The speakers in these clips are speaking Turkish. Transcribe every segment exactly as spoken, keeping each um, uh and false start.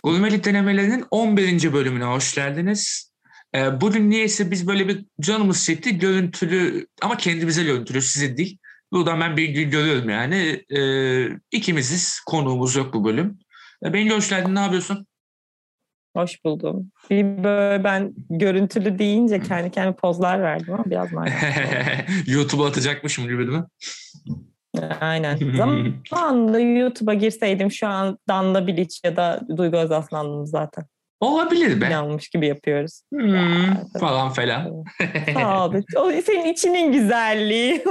Gurmelik Denemelerinin on birinci bölümüne hoş geldiniz. Ee, bugün niyeyse biz böyle bir canımız çekti. Görüntülü ama kendimize görüntülü, size değil. Buradan ben bir gün görüyorum yani. Ee, ikimiziz. Konuğumuz yok bu bölüm. Ee, Bengi hoş geldin. Ne yapıyorsun? Hoş buldum. Bir böyle ben görüntülü deyince kendi kendime pozlar verdim ama biraz manyak oldu. YouTube'a atacakmışım gibi değil mi? Aynen. Zamanında YouTube'a girseydim şu an Danla Bilic ya da Duygu Özaslan'dım zaten. Olabilir be. İnanmış gibi yapıyoruz. Hmm, ya, falan falan. Sağ ol. O senin içinin güzelliği.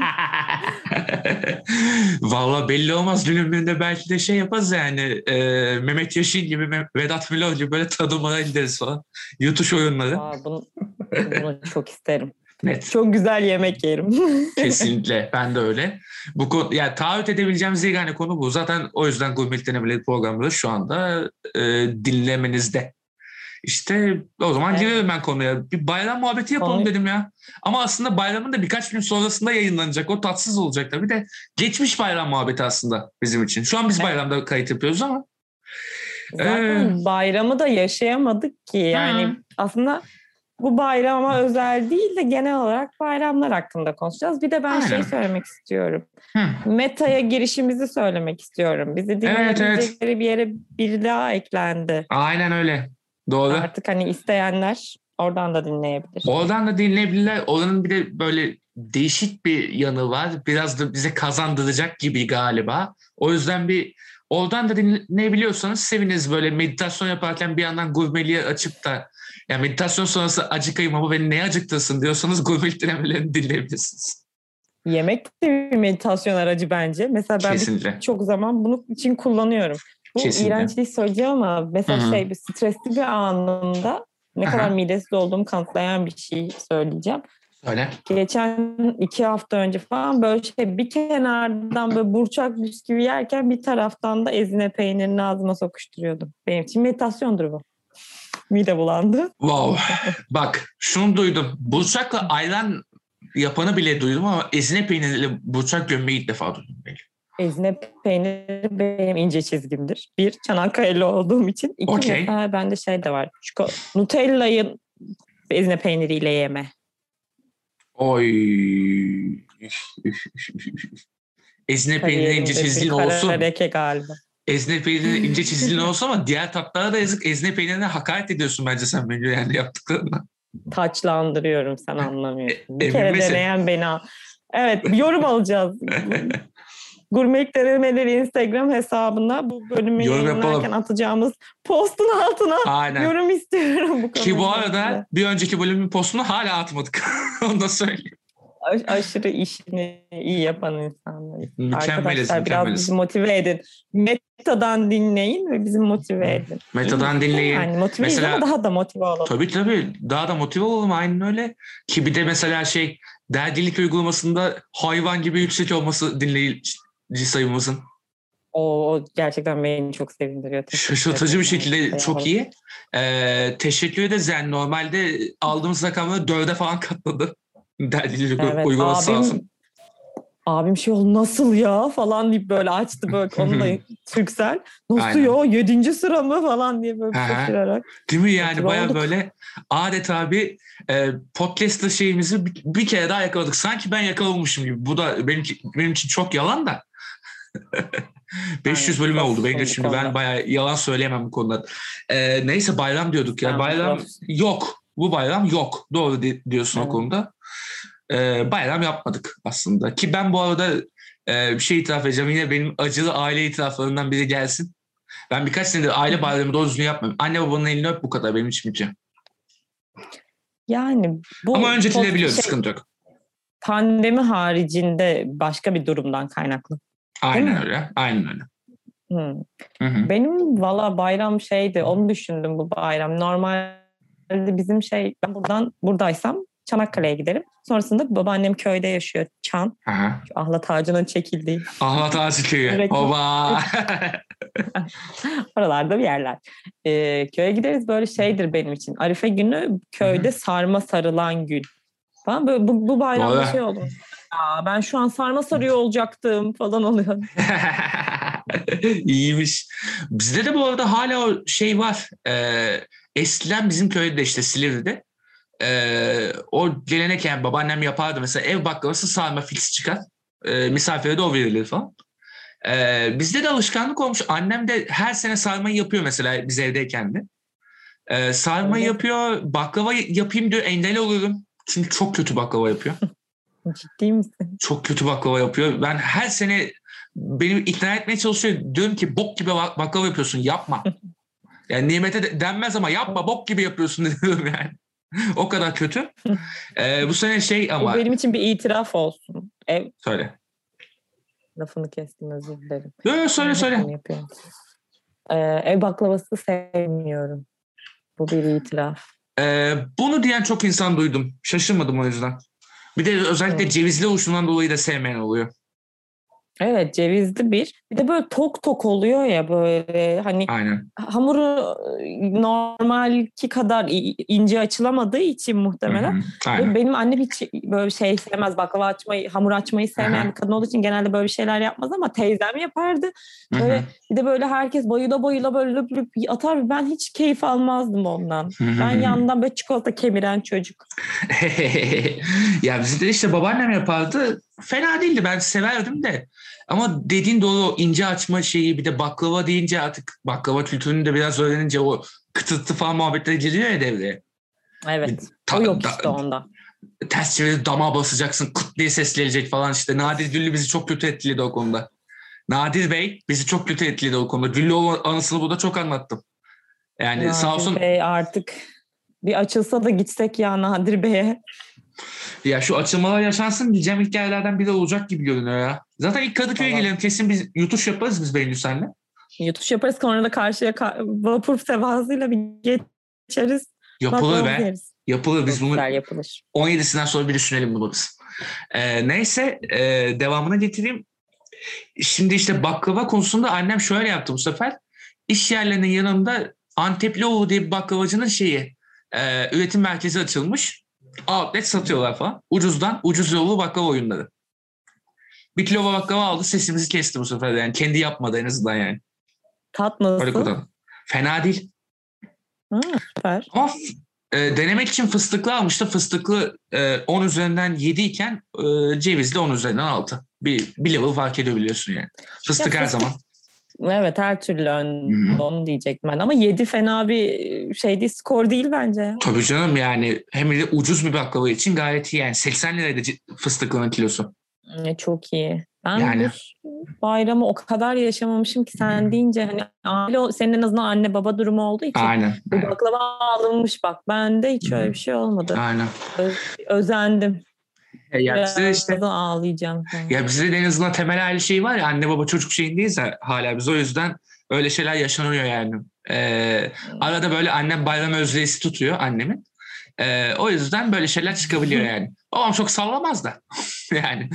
Vallahi belli olmaz. Günün birinde belki de şey yaparız yani. E, Mehmet Yaşin gibi, Vedat Milor gibi böyle tadıma gideriz falan. Yutuş oyunları. Aa, bunu, bunu çok isterim. Net. Çok güzel yemek yerim. Kesinlikle. Ben de öyle. Bu konu, yani taahhüt edebileceğimiz yegane konu bu. Zaten o yüzden Gurmelik Denemeleri programı şu anda e, dinlemenizde. İşte o zaman evet. Girelim ben konuya. Bir bayram muhabbeti yapalım Konu... dedim ya. Ama aslında bayramın da birkaç gün sonrasında yayınlanacak. O tatsız olacak tabii de. Geçmiş bayram muhabbeti aslında bizim için. Şu an biz bayramda evet. kayıt yapıyoruz ama. Zaten ee... bayramı da yaşayamadık ki. Yani Hı. aslında bu bayrama özel değil de genel olarak bayramlar hakkında konuşacağız. Bir de ben Aynen. şey söylemek istiyorum. Hı. Meta'ya girişimizi söylemek istiyorum. Bizi dinleyebilecekleri evet, evet. bir yere bir daha eklendi. Aynen öyle. Doğru. Artık hani isteyenler oradan da dinleyebilir. Oradan da dinleyebilirler. Oranın bir de böyle değişik bir yanı var. Biraz da bize kazandıracak gibi galiba. O yüzden bir oradan da dinleyebiliyorsanız seviniriz. Böyle meditasyon yaparken bir yandan Gurmeliği açıp da ya meditasyon sonrası acıkayım ama beni neye acıktırsın diyorsanız Gurmelik Denemelerini dinleyebilirsiniz. Yemek de bir meditasyon aracı bence. Mesela ben çok zaman bunun için kullanıyorum. Bu Kesinlikle. iğrençliği söyleyeceğim ama mesela Hı-hı. şey bir stresli bir anında ne Aha. kadar midesiz olduğumu kanıtlayan bir şey söyleyeceğim. Öyle. Geçen iki hafta önce falan böyle şey bir kenardan böyle burçak bisküvi yerken bir taraftan da ezine peynirini ağzıma sokuşturuyordum. Benim için meditasyondur bu. Mide bulandı. Wow. Bak şunu duydum. Burçakla ayran yapanı bile duydum ama ezine peyniriyle burçak gömmeyi ilk defa duydum. Ezine peyniri benim ince çizgimdir. Bir, Çanakkale'li olduğum için. İki, okay. mesela bende şey de var. Çiko, Nutella'yı ezine peyniriyle yeme. Oy. Ezine peyniri ince çizgili olsun. Karareke galiba. Ezine peyniri ince çizgili olsun ama diğer tatlara da yazık. Ezine peynirine hakaret ediyorsun bence sen beni yani yaptıklarına. Taçlandırıyorum, sen anlamıyorsun. Bir Emin kere misin? deneyen beni al. Evet, bir yorum alacağız. Gurmelik Denemeleri Instagram hesabına bu bölümü yorum yayınlarken yapalım. Atacağımız postun altına Aynen. yorum istiyorum. Bu Ki bu arada bir önceki bölümün postunu hala atmadık. Onu da söyleyeyim. Aş- aşırı işini iyi yapan insanlar. Mükemmeliz, Arkadaşlar mükemmeliz. biraz bizi motive edin. Meta'dan dinleyin ve bizi motive edin. Meta'dan dinleyin. Yani motiveyiz mesela, ama daha da motive olalım. Tabii tabii. Daha da motive olalım, aynen öyle. Ki bir de mesela şey dergilik uygulamasında hayvan gibi yüksek olması dinleyici sayımızın. O gerçekten beni çok sevindiriyor. Şaşırtıcı bir şekilde yani. Çok iyi. Ee, teşekkür ederiz. Yani normalde aldığımız rakamları dörde falan katladı. Dergilik evet, uygulaması sağ olsun. Abim şey oldu nasıl ya falan deyip böyle açtı böyle onu da Türksel. Nasıl Aynen. ya yedinci sıra mı falan diye böyle şaşırarak. Değil mi yani baya böyle adeta bir e, podcaster şeyimizi bir, bir kere daha yakaladık. Sanki ben yakalamışım gibi. Bu da benim, benim için çok yalan da. beş yüz bölüm oldu. Benim de şimdi ben bayağı yalan söyleyemem bu konuda. Ee, neyse bayram diyorduk ya. Bayram yok. Bu bayram yok. Doğru diyorsun evet. o konuda. Ee, bayram yapmadık aslında. Ki ben bu arada e, bir şey itiraf edeceğim. Yine benim acılı aile itiraflarından biri gelsin. Ben birkaç senedir aile bayramı doğru düzgün yapmıyorum. Anne babanın elini öp bu kadar benim için bitiyor. Yani bu ama öncetilebiliyor şey, sıkıntı yok. Pandemi haricinde başka bir durumdan kaynaklı. Aynen öyle. Aynen öyle. Hmm. Hı hı. Benim valla bayram şeydi. Onu düşündüm bu bayram. Normalde bizim şey ben buradan buradaysam Çanakkale'ye giderim. Sonrasında babaannem köyde yaşıyor. Çan. Aha. Şu ahlat ağacının çekildiği. Ahlat ağacı köyü. Oba. Oralarda bir yerler. Ee, köye gideriz böyle şeydir benim için. Arife günü köyde Hı-hı. sarma sarılan gün. Falan böyle bu, bu bayramda Doğru. şey oldu. Aa, ben şu an sarma sarıyor olacaktım falan oluyor. İyiymiş. Bizde de bu arada hala o şey var. Ee, eskiden bizim köyde de işte Silivri'de ee, o gelenek yani babaannem yapardı. Mesela ev baklavası sarma fix çıkar. Ee, misafire de o verilir falan. Ee, bizde de alışkanlık olmuş. Annem de her sene sarmayı yapıyor mesela biz evdeyken de. Ee, sarmayı Öyle. yapıyor. Baklava yapayım diyor. Engel oluyorum. Çünkü çok kötü baklava yapıyor. Ciddi misin? Çok kötü baklava yapıyor. Ben her sene beni ikna etmeye çalışıyor. Diyorum ki bok gibi baklava yapıyorsun. Yapma. Yani nimete de denmez ama yapma bok gibi yapıyorsun diyorum yani. O kadar kötü. Ee, bu sene şey Bu ama... benim için bir itiraf olsun. Ev... Söyle. Lafını kestim, özür dilerim. Yok yok söyle söyle. Ee, ev baklavası sevmiyorum. Bu bir itiraf. Ee, bunu diyen çok insan duydum. Şaşırmadım o yüzden. Bir de özellikle hmm. cevizli oluşundan dolayı da sevmeyen oluyor. Evet, cevizli bir. Bir de böyle tok tok oluyor ya böyle hani. Aynen. Hamuru normalki kadar ince açılamadığı için muhtemelen. Benim annem hiç böyle şey sevmez, baklava açmayı, hamur açmayı sevmeyen Aha. bir kadın olduğu için genelde böyle şeyler yapmaz ama teyzem yapardı. Böyle Hı-hı. bir de böyle herkes bayıla bayıla böyle löp löp atar. Ben hiç keyif almazdım ondan. Hı-hı. Ben yandan böyle çikolata kemiren çocuk. Ya bizde işte babaannem yapardı. Fena değildi, ben severdim de. Ama dediğin doğru, o ince açma şeyi, bir de baklava deyince artık baklava kültürünü de biraz öğrenince o kıtırtı falan muhabbetleri geliyor ya devreye. Evet. Ta, o yok da, işte onda. Ters çevirip damağa basacaksın, kıt diye ses gelecek falan işte. Nadir Güllü bizi çok kötü etkiledi o konuda. Nadir Bey bizi çok kötü etkiledi o konuda. Güllü anısını burada çok anlattım. Yani Nadir sağ olsun. Bey artık bir açılsa da gitsek ya Nadir Bey'e. Ya şu açılmalar yaşansın diyeceğim hikayelerden biri olacak gibi görünüyor ya. Zaten ilk Kadıköy'e tamam. gelelim. Kesin biz yutuş yaparız biz Beynül senle. Yutuş yaparız, sonra da karşıya vapur sevasıyla bir geçeriz. Yapılır be. Yeriz. Yapılır. Biz bunu yapılır. on yedisinden sonra bir düşünelim bunu biz. Ee, neyse e, devamına getireyim. Şimdi işte baklava konusunda annem şöyle yaptı bu sefer. İş yerlerinin yanında Anteplioğlu diye bir baklavacının şeyi e, üretim merkezi açılmış. Outlet satıyorlar falan. Ucuzdan ucuz yolu baklava oyunları. Bir kilo baklava aldı, sesimizi kesti bu sefer yani. Kendi yapmadı en azından yani. Tat nasıl? Fena değil. Ha, süper. Ama e, denemek için fıstıklı almıştı. Fıstıklı e, on üzerinden yedi iken e, cevizli on üzerinden altı. Bir, bir level fark ediyor biliyorsun yani. Fıstık ya, her fıstık, zaman. Evet, her türlü ön, hmm. onu diyecektim ben. Ama yedi fena bir şey değil, skor değil bence. Tabii canım, yani hem de ucuz bir baklava için gayet iyi yani. seksen liraydı fıstıklının kilosu. E, çok iyi. Ben yani. Bu bayramı o kadar yaşamamışım ki sen deyince hani aile, senin en azından anne baba durumu olduğu için aynen, bu aynen. baklava alınmış bak. Bende hiç öyle bir şey olmadı. Aynen. Öz, özendim. E ya bize işte ağlayacağım. Ya bizde de en azından temel aile şeyi var ya, anne baba çocuk şeyindeyiz ya hala biz, o yüzden öyle şeyler yaşanıyor yani. Ee, arada böyle annem bayram özleyisi tutuyor annemin. Ee, o yüzden böyle şeyler çıkabiliyor yani. Babam çok sallamaz da yani.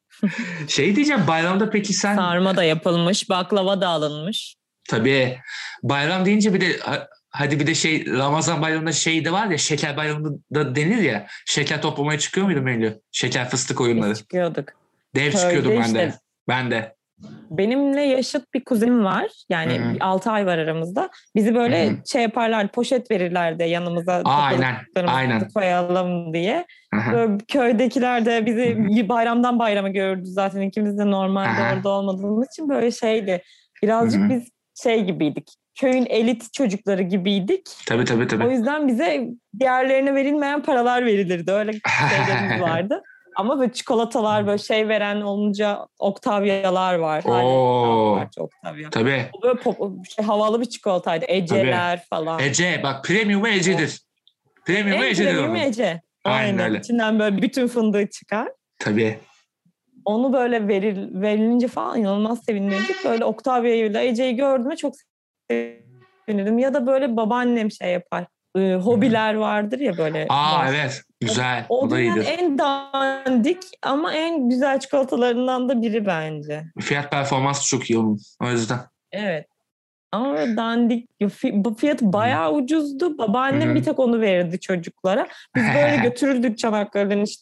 Şey diyeceğim, bayramda peki sen... Sarma da yapılmış, baklava da alınmış. Tabii. Bayram deyince bir de hadi bir de şey, Ramazan bayramında şey de var ya, şeker bayramında denir ya. Şeker toplamaya çıkıyor muydun Melih? Şeker fıstık oyunları. Biz çıkıyorduk. Dev Köyde çıkıyordum ben işte, de. Ben de. Benimle yaşıt bir kuzenim var. Yani Hı-hı. altı ay var aramızda. Bizi böyle Hı-hı. şey yaparlar, poşet verirlerdi yanımıza. Aynen. Aynen. Koyalım diye. Böyle köydekiler de bizi Hı-hı. bayramdan bayrama gördü zaten. İkimiz de normalde Hı-hı. orada olmadığımız için böyle şeydi. Birazcık Hı-hı. biz şey gibiydik. Köyün elit çocukları gibiydik. Tabii tabii tabii. O yüzden bize diğerlerine verilmeyen paralar verilirdi. Öyle şeylerimiz vardı. Ama böyle çikolatalar, böyle şey veren olunca Octavia'lar var. Oo. Octavia. Tabii. O böyle pop, şey, havalı bir çikolataydı. Ece'ler Tabii. falan. Ece, bak premium'u Ece'dir. Premium'u en Ece'dir. Premium'u Ece. Aynen, Aynen öyle. İçinden böyle bütün fındığı çıkar. Tabii. Onu böyle veril, verilince falan inanılmaz sevinirdik. Böyle Octavia'yı ile Ece'yi gördüğümde çok sevinirdim. Ya da böyle babaannem şey yapar. Ee, hobiler vardır ya böyle. Aa var. evet. Güzel. O, o o dünyanın en dandik ama en güzel çikolatalarından da biri bence. Fiyat performansı çok iyi onun. O yüzden. Evet. Ama dandik. Bu fiyat bayağı ucuzdu. Babaannem Hı-hı. bir tek onu verirdi çocuklara. Biz böyle götürürdük Çanakkale'den işte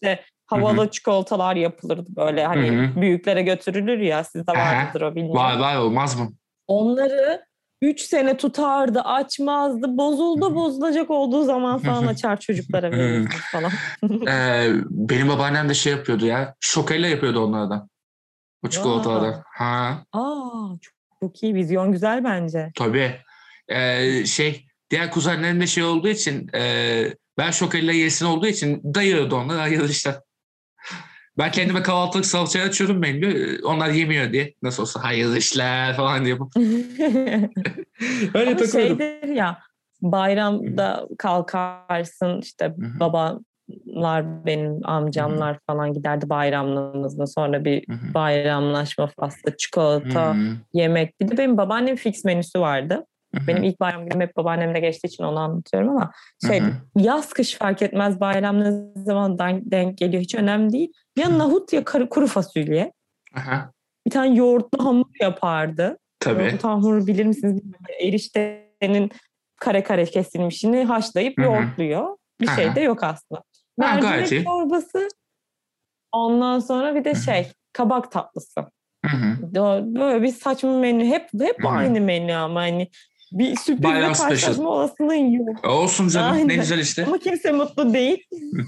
havalı Hı-hı. çikolatalar yapılırdı böyle hani Hı-hı. büyüklere götürülür ya, sizde vardır o bilmiyorum. Var var, olmaz mı? Onları üç sene tutardı, açmazdı, bozuldu, bozulacak olduğu zaman falan açar çocuklara verirdiniz falan. ee, benim babaannem de şey yapıyordu ya, şokayla yapıyordu onlardan. O çikolatalardan. Ha. Aa, çok, çok iyi, vizyon güzel bence. Tabii. Ee, şey diğer kuzenlerim de şey olduğu için e, ben şokayla yesin olduğu için dayıyordu onlar, hayırlı işler. Ben kendime kahvaltılık salçayı açıyorum menü. Onlar yemiyor diye. Nasıl olsa hayırlı işler falan diye. Öyle Ama takılıyordum. şeydir ya, bayramda kalkarsın işte, Hı-hı. babalar, benim amcamlar Hı-hı. falan giderdi bayramlarımızda. Sonra bir Hı-hı. bayramlaşma faslı, çikolata, Hı-hı. yemek. Bir de benim babaannem fix menüsü vardı. Hı-hı. Benim ilk bayram günüm hep babaannemle geçtiği için onu anlatıyorum ama şey, yaz kış fark etmez, bayram ne zaman denk geliyor hiç önemli değil. Ya nahut ya kuru fasulye. Hı-hı. Bir tane yoğurtlu hamur yapardı. Tabii. Yoğurtlu hamuru bilir misiniz? Eriştenin kare kare kesilmişini haşlayıp Hı-hı. yoğurtluyor. Bir Hı-hı. şey de yok aslında. Ha, mercimek çorbası. Ondan sonra bir de Hı-hı. şey, kabak tatlısı. Hı-hı. Böyle bir saçma menü. Hep hep Hı-hı. aynı menü ama hani bir sürprizle Bayram karşılaşma special. olasılığın yok. Olsun canım. Aynen. Ne güzel işte. Ama kimse mutlu değil.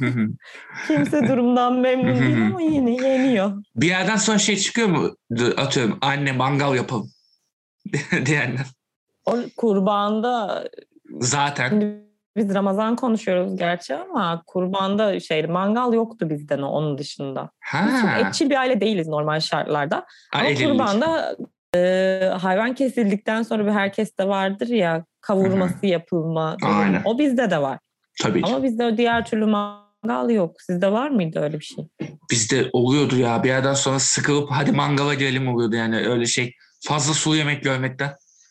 Kimse durumdan memnun değil ama yine yeniyor. Bir yerden sonra şey çıkıyor mu? Atıyorum, anne mangal yapalım diyenler. O kurbanda zaten. Biz Ramazan konuşuyoruz gerçi ama kurbanda şey, mangal yoktu bizden onun dışında. Ha. Biz çok etçil bir aile değiliz normal şartlarda. Ha, ama elillik. kurbanda e, hayvan kesildikten sonra bir herkeste vardır ya, kavurması Hı-hı. yapılma durumu. Aynen. O bizde de var. Tabii ki. Ama bizde diğer türlü mangal yok. Sizde var mıydı öyle bir şey? Bizde oluyordu ya. Bir yerden sonra sıkılıp hadi mangala gelelim oluyordu yani, öyle şey. Fazla sulu yemek görmekten.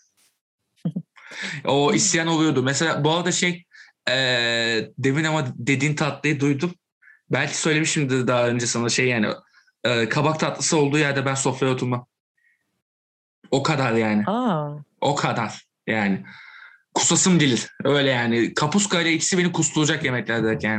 O isyan oluyordu. Mesela bu arada şey e, demin ama dediğin tatlıyı duydum. Belki söylemişimdir daha önce sana, şey yani e, kabak tatlısı olduğu yerde ben sofraya oturmam. O kadar yani. Aa. O kadar yani. Kusasım gelir. Öyle yani. Kapuska ile ikisi beni kusturacak yemeklerdir yani.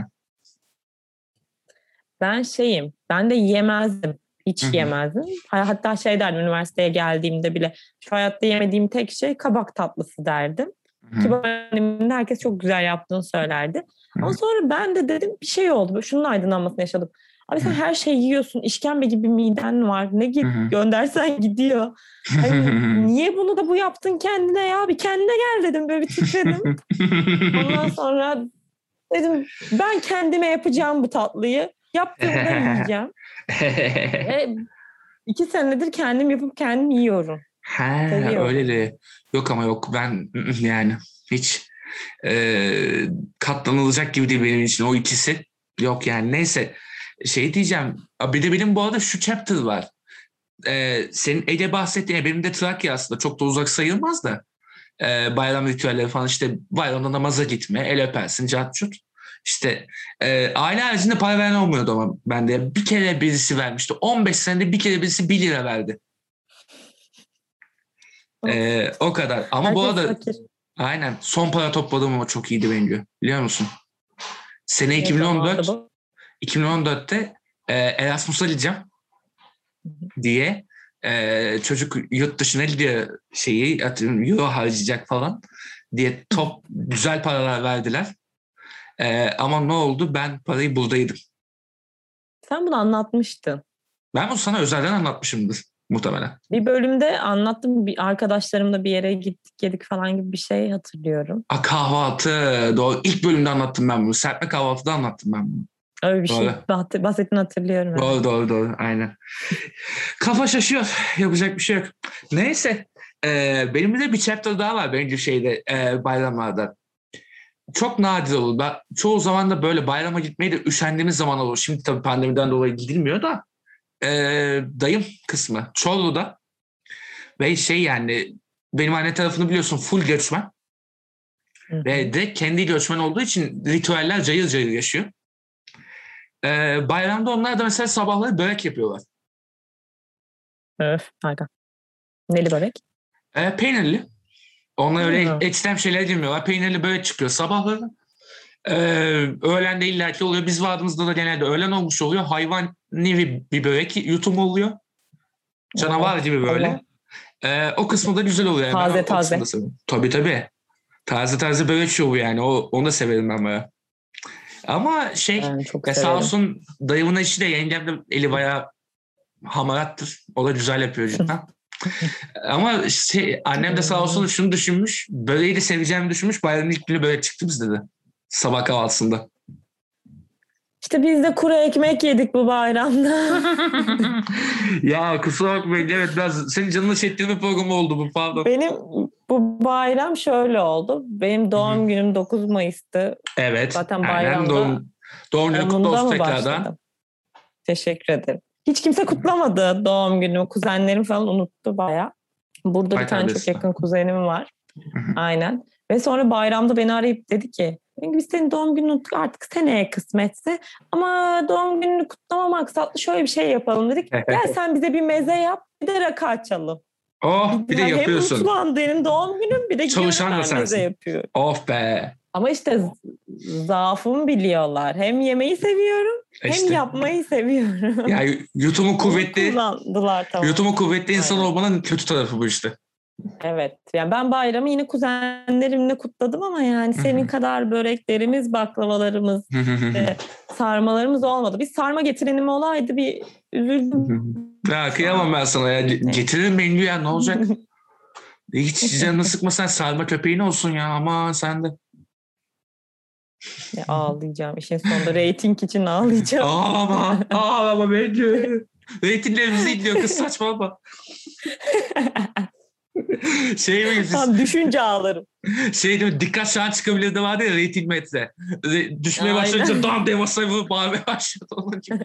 Ben şeyim. Ben de yemezdim. Hiç Hı-hı. yemezdim. Hatta şey derdim, üniversiteye geldiğimde bile şu hayatta yemediğim tek şey kabak tatlısı derdim. Hı-hı. Ki annemin herkes çok güzel yaptığını söylerdi. Hı-hı. Ama sonra ben de dedim, bir şey oldu. Şunun aydınlanmasını yaşadım. Abi sen Hı-hı. her şeyi yiyorsun. İşkembe gibi miden var. Ne git Hı-hı. göndersen gidiyor. Hani niye bunu da bu yaptın kendine ya? Bir kendine gel dedim. Böyle bir titredim. Ondan sonra dedim, ben kendime yapacağım bu tatlıyı. Yaptığımda yiyeceğim. Ve iki senedir kendim yapıp kendim yiyorum. Ha, öyle de. Yok ama yok, ben yani hiç e, katlanılacak gibi değil benim için o ikisi. Yok yani, neyse. Şey diyeceğim. Bir de benim bu arada şu chapter var. Ee, senin Ege bahsettiğin, benim de Trakya aslında çok da uzak sayılmaz da. Ee, bayram ritüelleri falan, işte bayramda namaza gitme, el öpersin, cat cut. İşte e, aile haricinde para veren olmuyordu ama bende. Bir kere birisi vermişti. on beş senede bir kere birisi bir lira verdi. Ee, o kadar. Ama Herkes bu arada fakir. Aynen. Son para topladım ama çok iyiydi bence. Biliyor musun? Sene Ne iki bin on dört. zamandı bu? iki bin on dörtte e, Erasmus'a gideceğim diye e, çocuk yurt dışına gidiyor, şeyi atıyorum, euro harcayacak falan diye top güzel paralar verdiler. E, ama ne oldu? Ben parayı buradaydım. Sen bunu anlatmıştın. Ben bunu sana özelden anlatmışımdır muhtemelen. Bir bölümde anlattım. Bir arkadaşlarımla bir yere gittik, yedik falan gibi bir şey hatırlıyorum. A, kahvaltı. Doğru. İlk bölümde anlattım ben bunu. Serpme kahvaltıda anlattım ben bunu. Öyle bir doğru. şey bahsettiğini hatırlıyorum. Doğru evet. doğru doğru. Aynen. Kafa şaşıyor. Yapacak bir şey yok. Neyse. E, benim de bir chapter daha var bence şeyde, e, bayramlarda. Çok nadir olur. Ben, çoğu zaman da böyle bayrama gitmeyi de üşendiğimiz zaman olur. Şimdi tabii pandemiden dolayı gidilmiyor da. E, dayım kısmı Çorlu'da ve şey yani benim anne tarafını biliyorsun, full göçmen. Hı-hı. Ve de kendi göçmen olduğu için ritüeller cayır cayır yaşıyor. E, bayramda onlar da mesela sabahları börek yapıyorlar. Öf, harika. Neli börek? E, peynirli. Onlar öyle ekstrem şeyler girmiyorlar. Peynirli börek çıkıyor sabahları. Ee, öğlen de illaki oluyor. Biz vardığımızda da genelde öğlen olmuş oluyor. Hayvan nevi bir börek yutumu oluyor. Canavar Evet, gibi böyle. ama Ee, o kısmı da güzel oluyor. Yani. taze Ben o, o kısmını taze. da seviyorum. Tabii tabii. Taze taze börek şovu yani. O, onu da severim ben bayağı. Ama şey Ben çok ya sağ severim. olsun dayımın eşi de yengem de eli bayağı hamarattır. O da güzel yapıyor cidden. Ama şey, annem de sağ olsun şunu düşünmüş. Böreği de seveceğimi düşünmüş. Bayramın ilk günü börek çıktı bizde de. Sabah kahvaltısında. İşte biz de kuru ekmek yedik bu bayramda. Ya kusura bakmayın. Evet biraz senin canını çektirme programı oldu bu pardon. Benim bu bayram şöyle oldu. Benim doğum Hı-hı. günüm dokuz Mayıs'tı. Evet. Zaten bayramda doğum, doğum günü kutlu olsun tekrardan. Başladım. Teşekkür ederim. Hiç kimse kutlamadı doğum günümü. Kuzenlerim falan unuttu bayağı. Burada Bay bir tane çok yakın kuzenim var. Aynen. Ve sonra bayramda beni arayıp dedi ki biz senin doğum gününü unuttuk artık seneye kısmetse ama doğum gününü kutlama maksatlı şöyle bir şey yapalım dedik. Gel sen bize bir meze yap bir de rakı açalım. Oh bir de yani yapıyorsun. Hem mutfağın doğum günüm bir de çalışan da sensin. Meze yapıyor. Of be. Ama işte zaafımı biliyorlar. Hem yemeği seviyorum işte. Hem yapmayı seviyorum. Yani yutumu kuvvetli. Kullandılar tamam. Yutumu kuvvetli insan Aynen. olmanın kötü tarafı bu işte. Evet. Yani ben bayramı yine kuzenlerimle kutladım ama yani senin kadar böreklerimiz, baklavalarımız, e, sarmalarımız olmadı. Bir sarma getirenim olaydı bir üzüldüm. Ya kıyamam ben sana ya. Getirin menü ya ne olacak? Hiç canını sıkmasan sarma köpeğin olsun ya aman sen de. Ya ağlayacağım. İşin sonunda reyting için ağlayacağım. Ağlama. Ağlama menü. Reytinglerimizi izliyor kız saçmalama. şey mi Tam düşünce ağlarım. Şey değil mi? Dikkat şu an çıkabilir de vardı ya reyting metre. Düşmeye başlayınca dam diye masaya vurup bağırmaya başladı. Onun gibi.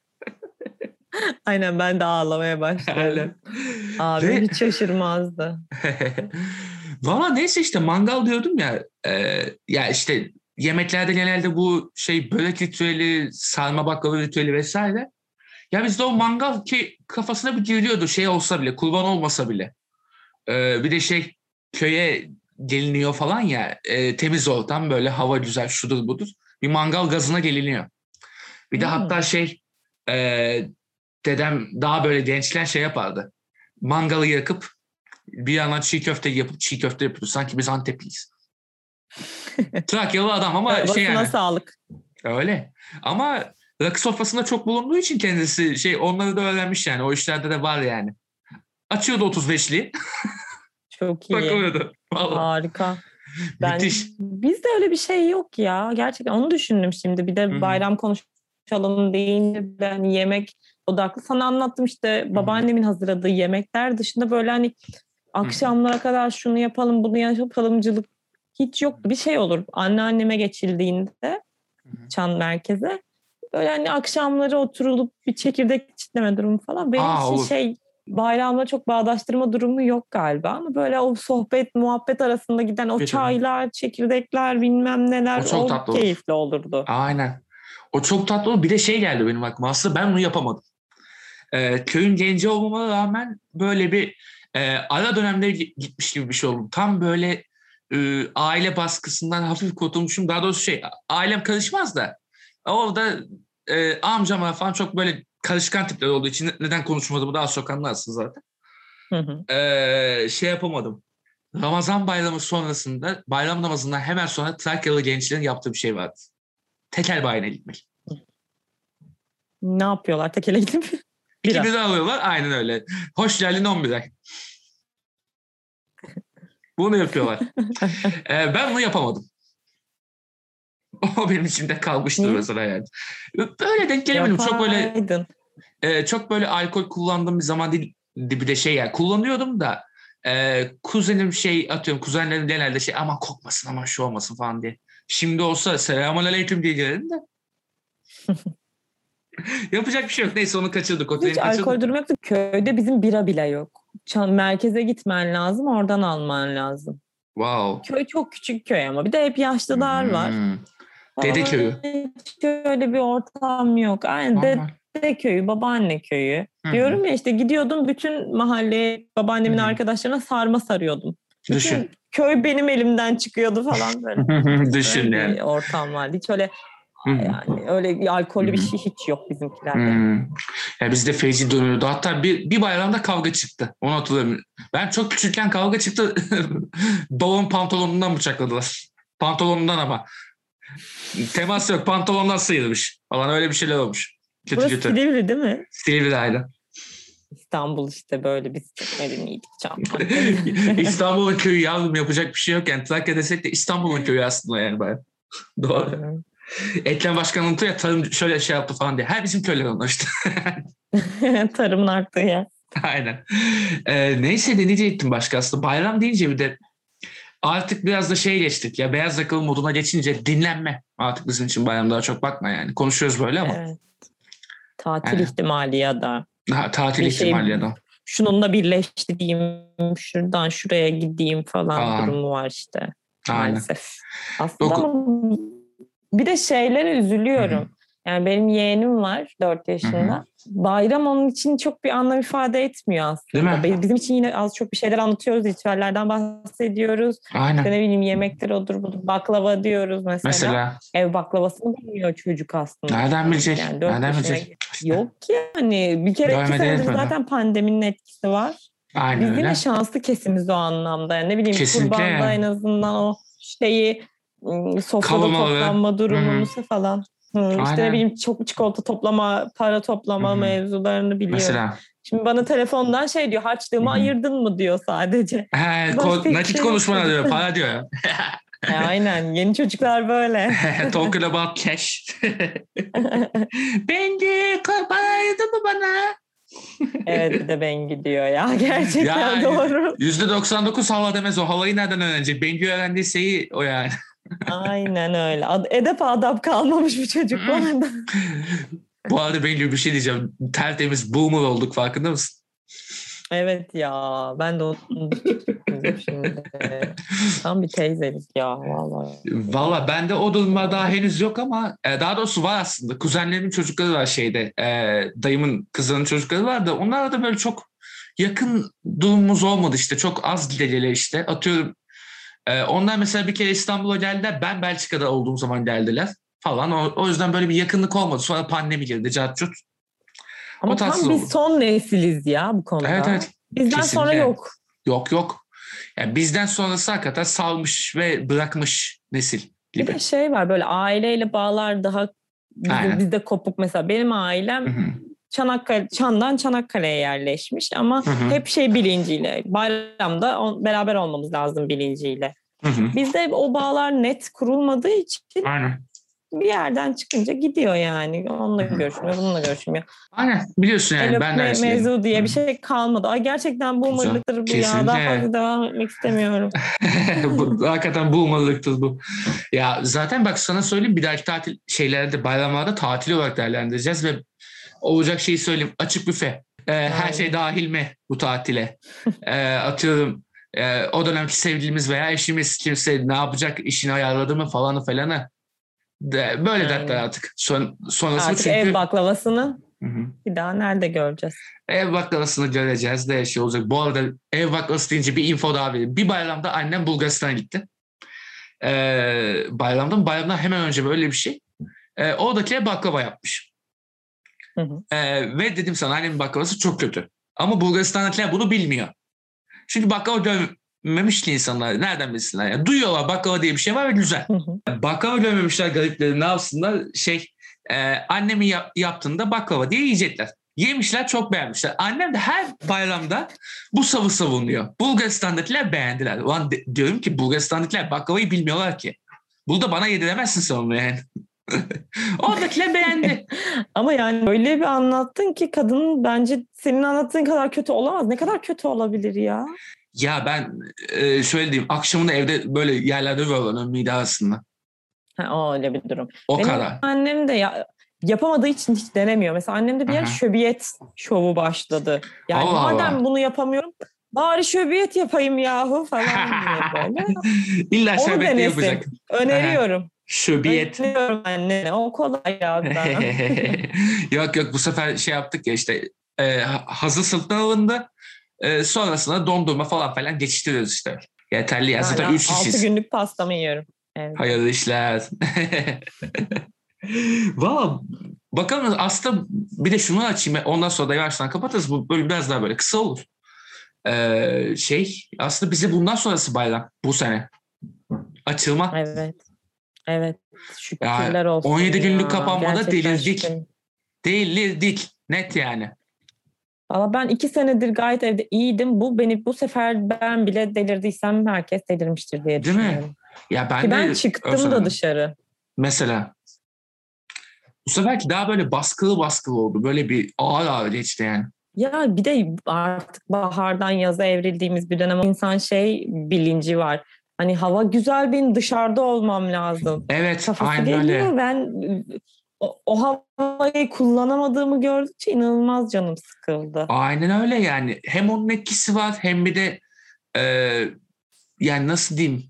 Aynen ben de ağlamaya başladım. Abi Ve... hiç şaşırmazdı. Valla neyse işte mangal diyordum ya. E, ya işte yemeklerde genelde bu şey börek ritüeli, sarma baklava ritüeli vesaire. Ya bizde o mangal ki kafasına bir giriliyordu şey olsa bile, kurban olmasa bile. Ee, bir de şey köye geliniyor falan ya e, temiz ortam böyle hava güzel şudur budur. Bir mangal gazına geliniyor. Bir de hmm. hatta şey e, dedem daha böyle gençken şey yapardı. Mangalı yakıp bir yandan çiğ köfte yapıp çiğ köfte yapıyordu. Sanki biz Antepliyiz. Trakyalı adam ama evet, şey yani. sağlık. Öyle. Ama rakı sofrasında çok bulunduğu için kendisi şey onları da öğrenmiş yani. O işlerde de var yani. Açıyordu otuz beşli. Çok iyi. Bakıyordu. Vallahi. Harika. Ben, Müthiş. Bizde öyle bir şey yok ya. Gerçekten onu düşündüm şimdi. Bir de Hı-hı. bayram konuşalım deyince ben yemek odaklı. Sana anlattım işte babaannemin hazırladığı yemekler dışında böyle hani akşamlara Hı-hı. kadar şunu yapalım bunu yapalımcılık hiç yoktu. Bir şey olur. Anneanneme geçildiğinde Hı-hı. Çan merkeze böyle hani akşamları oturulup bir çekirdek çitleme durumu falan. Benim Aa, için olur. şey bayramla çok bağdaştırma durumu yok galiba ama böyle o sohbet muhabbet arasında giden o Geçelim. çaylar, çekirdekler bilmem neler o, o keyifli olur. olurdu. Aynen. O çok tatlı oldu. Bir de şey geldi benim aklıma. Aslında ben bunu yapamadım. Ee, köyün genci olmama rağmen böyle bir e, ara dönemde gitmiş gibi bir şey oldu. Tam böyle e, aile baskısından hafif kurtulmuşum. Daha doğrusu şey ailem karışmaz da orada e, amcamlar falan çok böyle karışkan tipler olduğu için neden konuşmadığımı daha çok anlarsın zaten. Hı hı. Ee, şey yapamadım. Ramazan bayramı sonrasında bayram namazından hemen sonra Trakyalı gençlerin yaptığı bir şey vardı. Tekel bayine gitmek. Ne yapıyorlar tekele gidip? İki bira alıyorlar. Aynen öyle. Hoş geldin on bir ay. Bunu yapıyorlar. ee, ben bunu yapamadım. O benim içimde kalmıştır mesela yani. Böyle denk gelemedim. Çok böyle e, çok böyle alkol kullandığım bir zaman değil. Bir de şey yani kullanıyordum da e, kuzenim şey atıyorum kuzenlerim genelde şey aman kokmasın aman şu olmasın falan diye. Şimdi olsa selamünaleyküm diye gelelim de. Yapacak bir şey yok. Neyse onu kaçırdık. O Hiç alkol durum yoktu. Köyde bizim bira bile yok. Merkeze gitmen lazım oradan alman lazım. Wow. Köy çok küçük köy ama bir de hep yaşlılar hmm. var. Dede köyü. Şöyle bir ortam yok. Aynen dede köyü, babaanne köyü. Hı-hı. Diyorum ya işte gidiyordum bütün mahalleye babaannemin Hı-hı. arkadaşlarına sarma sarıyordum. Bütün Düşün. köy benim elimden çıkıyordu falan böyle. Düşün öyle yani. bir ortam vardı. Hiç öyle yani öyle alkollü bir şey hiç yok bizimkilerde. Hmm. Ya bizde feci dönüyordu. Hatta bir, bir bayramda kavga çıktı. Onu hatırlıyorum. Ben çok küçükken kavga çıktı. Babamın pantolonundan bıçakladılar. Pantolonundan ama. Temas yok. Pantolondan sıyrılmış. Falan öyle bir şeyler olmuş. Kötü Burası kötü. Silivri değil mi? Silivri aynen. İstanbul işte böyle biz çok medeniydik Çanakkale. İstanbul'un köyü yavrum, yapacak bir şey yok yani. Trakya desek de İstanbul'un köyü aslında yani bayağı. Doğru. Aynen. Eklem Başkan unutuyor ya, tarım şöyle şey yaptı falan diye. Her bizim köyler onlar işte. Tarımın arttığı yer. Aynen. Ee, neyse de ne diyecektim başka aslında. Bayram deyince bir de artık biraz da şey geçtik ya, beyaz yakalı moduna geçince dinlenme. Artık bizim için bayram daha çok, bakma yani. Konuşuyoruz böyle ama. Evet. Tatil Yani. ihtimali ya da. Ha, tatil Bir ihtimali şey, ya da. şununla birleştireyim, şuradan şuraya gideyim falan Aa. durumu var işte. Aynen. Maalesef. Aslında Yok. ama bir de şeylere üzülüyorum. Hı-hı. Yani benim yeğenim var dört yaşında. Hı-hı. Bayram onun için çok bir anlam ifade etmiyor aslında. Değil mi? Bizim için yine az çok bir şeyler anlatıyoruz. Ritüellerden bahsediyoruz. Aynen. İşte ne bileyim yemekler odur budur. Baklava diyoruz mesela. Mesela. Ev baklavasını bilmiyor çocuk aslında. Nereden bilecek? Yani Nereden bilecek? Yok ki yani. Bir kere iki senedir zaten pandeminin etkisi var. Aynen Biz öyle. yine şanslı kesimiz o anlamda. Yani ne bileyim Kesinlikle. kurbanda en azından o şeyi sofrada Kavurmalı. toplanma durumunu falan. Hı, işte ne bileyim çok çikolata toplama, para toplama Hı-hı. mevzularını biliyorum. Mesela. Şimdi bana telefondan şey diyor, harçlığımı Hı-hı. ayırdın mı diyor sadece. He, ko- nakit şey konuşma diyor, para diyor. E, aynen, yeni çocuklar böyle. Talking about cash. Bengi, para ayırdın mı bana? Evet, bir de Bengi diyor ya, gerçekten ya, doğru. yüzde doksan dokuz hava demez o. Havayı nereden öğrenecek? Bengi öğrendiği şeyi o yani. Aynen öyle. Edep adap kalmamış bu çocuklarda. Bu arada Bengi bir şey diyeceğim. Tertemiz boomer olduk, farkında mısın? Evet ya, ben de onu düşündüm şimdi. Tam bir teyzelik ya vallahi. Valla bende o durumlar daha henüz yok ama daha doğrusu var aslında. Kuzenlerimin çocukları var şeyde. Dayımın kızının çocukları var da onlarla da böyle çok yakın durumumuz olmadı işte. Çok az gideceğiler işte. Atıyorum onlar mesela bir kere İstanbul'a geldiler. Ben Belçika'da olduğum zaman geldiler falan. O, o yüzden böyle bir yakınlık olmadı. Sonra pandemi girdi. Cartçut. Ama tam biz son nesiliz ya bu konuda. Evet evet. Bizden Kesinlikle. Sonra yok. Yok yok. Yani bizden sonrası hakikaten salmış ve bırakmış nesil gibi. Bir de şey var, böyle aileyle bağlar daha bizde, bizde kopuk. Mesela benim ailem Hı-hı. Çanakkale, Çan'dan Çanakkale'ye yerleşmiş ama Hı-hı. hep şey bilinciyle, bayramda on, beraber olmamız lazım bilinciyle. Hı-hı. Bizde o bağlar net kurulmadığı için Aynen. bir yerden çıkınca gidiyor yani. Onunla görüşmüyor, bununla görüşmüyor. Aynen, biliyorsun yani. El ben de me- mevzu diye bir şey kalmadı. Ay gerçekten boomerlıktır bu Kesinlikle. Ya. Daha fazla devam etmek istemiyorum. bu, hakikaten boomerlıktır bu. Ya zaten bak sana söyleyeyim, bir dahaki tatil şeylerde, bayramlarda tatil olarak değerlendireceğiz ve olacak şeyi söyleyeyim. Açık büfe. Ee, her şey dahil mi bu tatile? ee, atıyorum e, o dönemki sevgilimiz veya eşimiz kimse ne yapacak, işini ayarladı mı falanı falanı. De, böyle Aynen. dertler artık. Son, sonrası artık çünkü... ev baklavasını Hı-hı. bir daha nerede göreceğiz? Ev baklavasını göreceğiz de şey olacak. Bu arada ev baklavası deyince bir info daha vereyim. Bir bayramda annem Bulgaristan'a gitti. Ee, bayramdan bayramdan hemen önce böyle bir şey. Ee, oradakiler baklava yapmış. Hı hı. Ee, ve dedim sana, annemin baklavası çok kötü. Ama Bulgaristan'dakiler bunu bilmiyor. Çünkü baklava görmemiş ki insanlar. Nereden bilsinler? Yani duyuyorlar baklava diye bir şey var ve güzel. Hı hı. Baklava görmemişler, garipleri ne yapsınlar? Şey, e, annemin yap, yaptığında baklava diye yiyecekler. Yemişler, çok beğenmişler. Annem de her bayramda bu savı savunuyor. Bulgaristan'dakiler beğendiler. Ulan de, diyorum ki Bulgaristan'dakiler baklavayı bilmiyorlar ki. Burada bana yediremezsin sen onu yani. Oradakiler beğendi. Ama yani öyle bir anlattın ki kadının bence senin anlattığın kadar kötü olamaz. Ne kadar kötü olabilir ya? Ya ben e, şöyle diyeyim. Akşamında evde böyle yerlerde görüyorum mide aslında. Ha, o öyle bir durum. O Benim kadar. annem de ya, yapamadığı için hiç denemiyor. Mesela annemde bir yer şöbiyet şovu başladı. Yani Allah madem Allah. Bunu yapamıyorum, bari şöbiyet yapayım yahu falan diye böyle. İlla şöbiyet yapacak. Öneriyorum. Şöbiyet. Öneriyorum anne. O kolay ya. yok yok, bu sefer şey yaptık ya işte e, hazır sınıftan alındı. E, sonrasında dondurma falan falan geçiştiriyoruz işte. Yeterli ya. Zaten Hala üç kişiyiz. altı günlük pastamı yiyorum. Evet. Hayırlı işler. Valla bakalım aslında bir de şunu açayım. Ondan sonra da yavaştan kapatırız. Bu böyle biraz daha böyle kısa olur. Ee, şey aslında bize bundan sonrası bayram bu sene. Açılma. Evet. Evet. Şükürler Ya, olsun on yedi günlük ya. kapanmada Gerçekten delirdik. şükür. Delirdik. Net yani. Valla ben iki senedir gayet evde iyiydim. Bu beni bu sefer ben bile delirdiysem herkes delirmiştir diye Değil mi? düşünüyorum. Ya ben Ki ben de çıktım da dışarı. Mesela bu seferki daha böyle baskılı baskılı oldu. Böyle bir ağır ağır geçti yani. Ya bir de artık bahardan yaza evrildiğimiz bir dönem insan şey bilinci var. Hani hava güzel, benim dışarıda olmam lazım. Evet, Kafası aynen geliyor. öyle. Ben o, o havayı kullanamadığımı gördükçe inanılmaz canım sıkıldı. Aynen öyle yani. Hem onun etkisi var hem bir de e, yani nasıl diyeyim,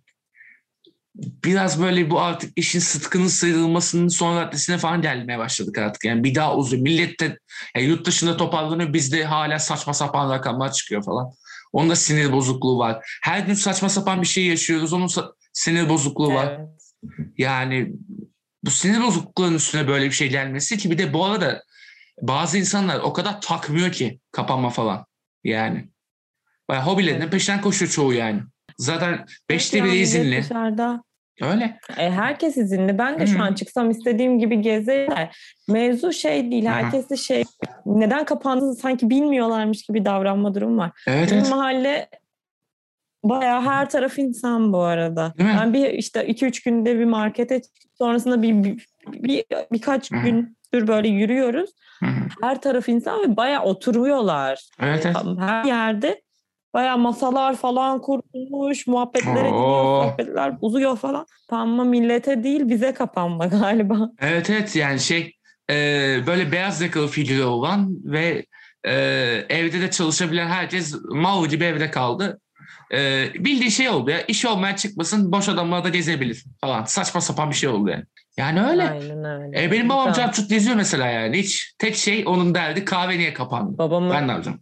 biraz böyle bu artık işin sıtkının sıyrılmasının son raddesine falan gelmeye başladık artık. Yani bir daha uzun. Millet de yani yurt dışında toparlanıyor. Bizde hala saçma sapan rakamlar çıkıyor falan. Onda sinir bozukluğu var. Her gün saçma sapan bir şey yaşıyoruz. Onun sa- sinir bozukluğu var. Evet. Yani bu sinir bozukluğunun üstüne böyle bir şey gelmesi ki bir de bu arada bazı insanlar o kadar takmıyor ki kapanma falan. Yani bayağı hobilerinin Evet. peşinden koşuyor çoğu yani. Zaten beşte Ya biri millet izinli. dışarıda. Öyle. E, herkes izinli. Ben de şu Hı-hı. an çıksam istediğim gibi gezerim. Mevzu şey değil. Aha. Herkes de şey, neden kapandığını sanki bilmiyorlarmış gibi davranma durumu var. Evet, Bizim evet. mahalle bayağı her taraf insan bu arada. Değil mi? Ben bir işte iki üç günde bir markete çıkıp sonrasında bir, bir, bir birkaç Hı-hı. gündür böyle yürüyoruz. Hı-hı. Her taraf insan ve bayağı oturuyorlar. Evet, evet. Her yerde bayağı masalar falan kurulmuş, muhabbetler ediliyor, Oo. sohbetler uzuyor falan. Kapanma millete değil, bize kapanma galiba. Evet, evet, yani şey e, böyle beyaz yakalı figürü olan ve e, evde de çalışabilen herkes mal gibi evde kaldı. E, bildiği şey oldu ya, iş olmayan çıkmasın, boş adamlar da gezebilir falan. Saçma sapan bir şey oldu yani. Yani öyle. Aynen öyle. E, benim babam Tamam. Cartçut geziyor mesela yani. Hiç tek şey onun derdi, kahve niye kapandı? Babamı, Ben ne yapacağım?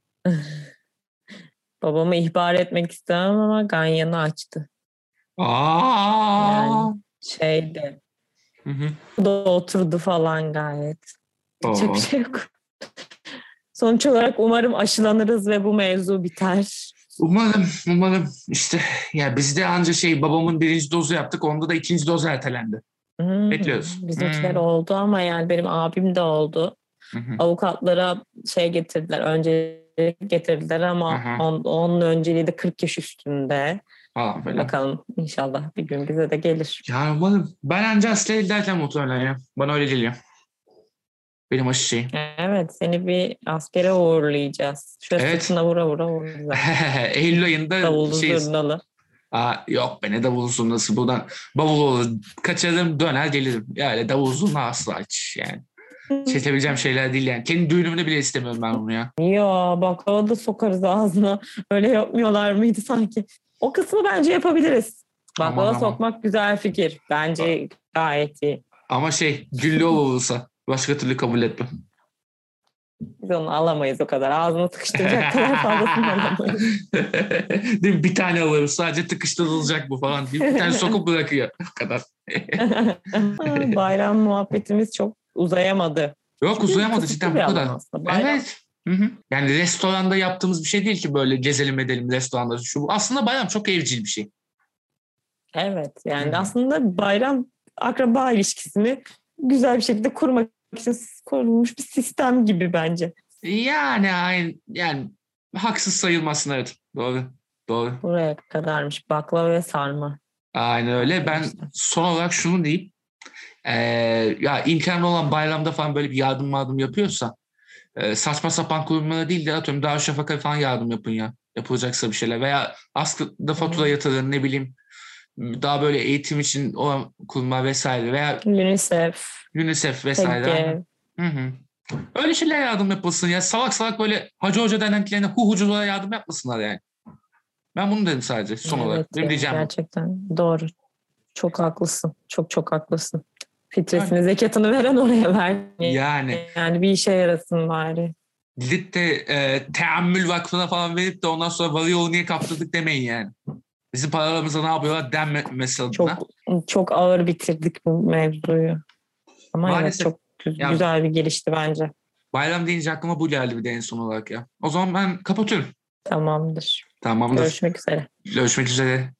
babamı ihbar etmek istemem ama Ganyan'ı açtı. Aa. Yani şeyde. Hı hı. Bu da oturdu falan gayet. Çok bir Oo. şey yok. Sonuç olarak umarım aşılanırız ve bu mevzu biter. Umarım, umarım. İşte ya biz de anca şey babamın birinci dozu yaptık. Onda da ikinci doz ertelendi. Hmm, Bekliyoruz. bizimkiler Hmm. oldu ama yani benim abim de oldu. Hı hı. Avukatlara şey getirdiler, öncelik getirdiler ama Aha. on, onun önceliği de kırk yaş üstünde. Falan böyle. Bakalım inşallah bir gün bize de gelir. Ya umarım. Ben anca hastaya derken muhtemelen ya. Bana öyle geliyor. Benim aşı şeyim. Evet, seni bir askere uğurlayacağız. Şöyle Evet. sırtına vura vura uğurlayacağız. Eylül ayında Davullu şeyiz. zurnalı. Aa, yok be, ne davul zurnası, buradan bavul olur. Kaçarım döner gelirim. Yani davul zurna asla hiç yani. Çekebileceğim şeyler değil yani. Kendi düğünümde bile istemiyorum ben bunu ya. Ya baklava da sokarız ağzına. Öyle yapmıyorlar mıydı sanki? O kısmı bence yapabiliriz. Aman Baklava aman. sokmak güzel fikir. Bence gayet iyi. Ama şey güllü olursa başka türlü kabul etmem. Biz onu alamayız o kadar. Ağzına tıkıştıracak kadar fazlasını alamayız. Değil mi? Bir tane alırız. Sadece tıkıştırılacak bu falan. Bir, bir tane sokup bırakıyor. O kadar. Bayram muhabbetimiz çok uzayamadı. Yok, Çünkü uzayamadı kısıtlı cidden bir bu alan kadar. aslında. Bayram. Evet. Hı hı. Yani restoranda yaptığımız bir şey değil ki böyle gezelim edelim restoranda. Şu, bu. Aslında bayram çok evcil bir şey. Evet yani Hı hı. aslında bayram akraba ilişkisini güzel bir şekilde kurmak için kurulmuş bir sistem gibi bence. Yani aynı, yani haksız sayılmasın, evet. Doğru. Doğru. Buraya kadarmış baklava ve sarma. Aynen öyle. Ben Arkadaşlar. son olarak şunu diyeyim. Ee, ya imkanı olan bayramda falan böyle bir yardım yardım yapıyorsa e, saçma sapan kurumlara değil de atıyorum Darüşşafaka falan yardım yapın ya. Yapılacaksa bir şeyler. Veya askıda fatura Hmm. yatırın, ne bileyim. Daha böyle eğitim için olan kurumlar vesaire. Veya UNICEF, UNICEF vesaire. Aynen. T G. Hı hı. Öyle şeyler yardım yapılsın ya. Salak salak böyle hacı hoca denenkilerine hu huculara yardım yapmasınlar yani. Ben bunu dedim sadece son Evet olarak. Benim ya diyeceğim bu. gerçekten doğru. Çok haklısın. Çok çok haklısın. Öyle. Fitresini, zekatını veren oraya ver. Yani Yani bir işe yarasın bari. gidip de e, Teammül Vakfı'na falan verip de ondan sonra varıyor niye kaptırdık demeyin yani. Bizim paralarımıza ne yapıyorlar denmesi adına. Çok, çok ağır bitirdik bu mevzuyu. Ama Maalesef, evet çok ya, güzel bir gelişti bence. bayram deyince aklıma bu geldi bir de en son olarak ya. O zaman ben kapatıyorum. Tamamdır. Tamamdır. Görüşmek üzere. Görüşmek üzere.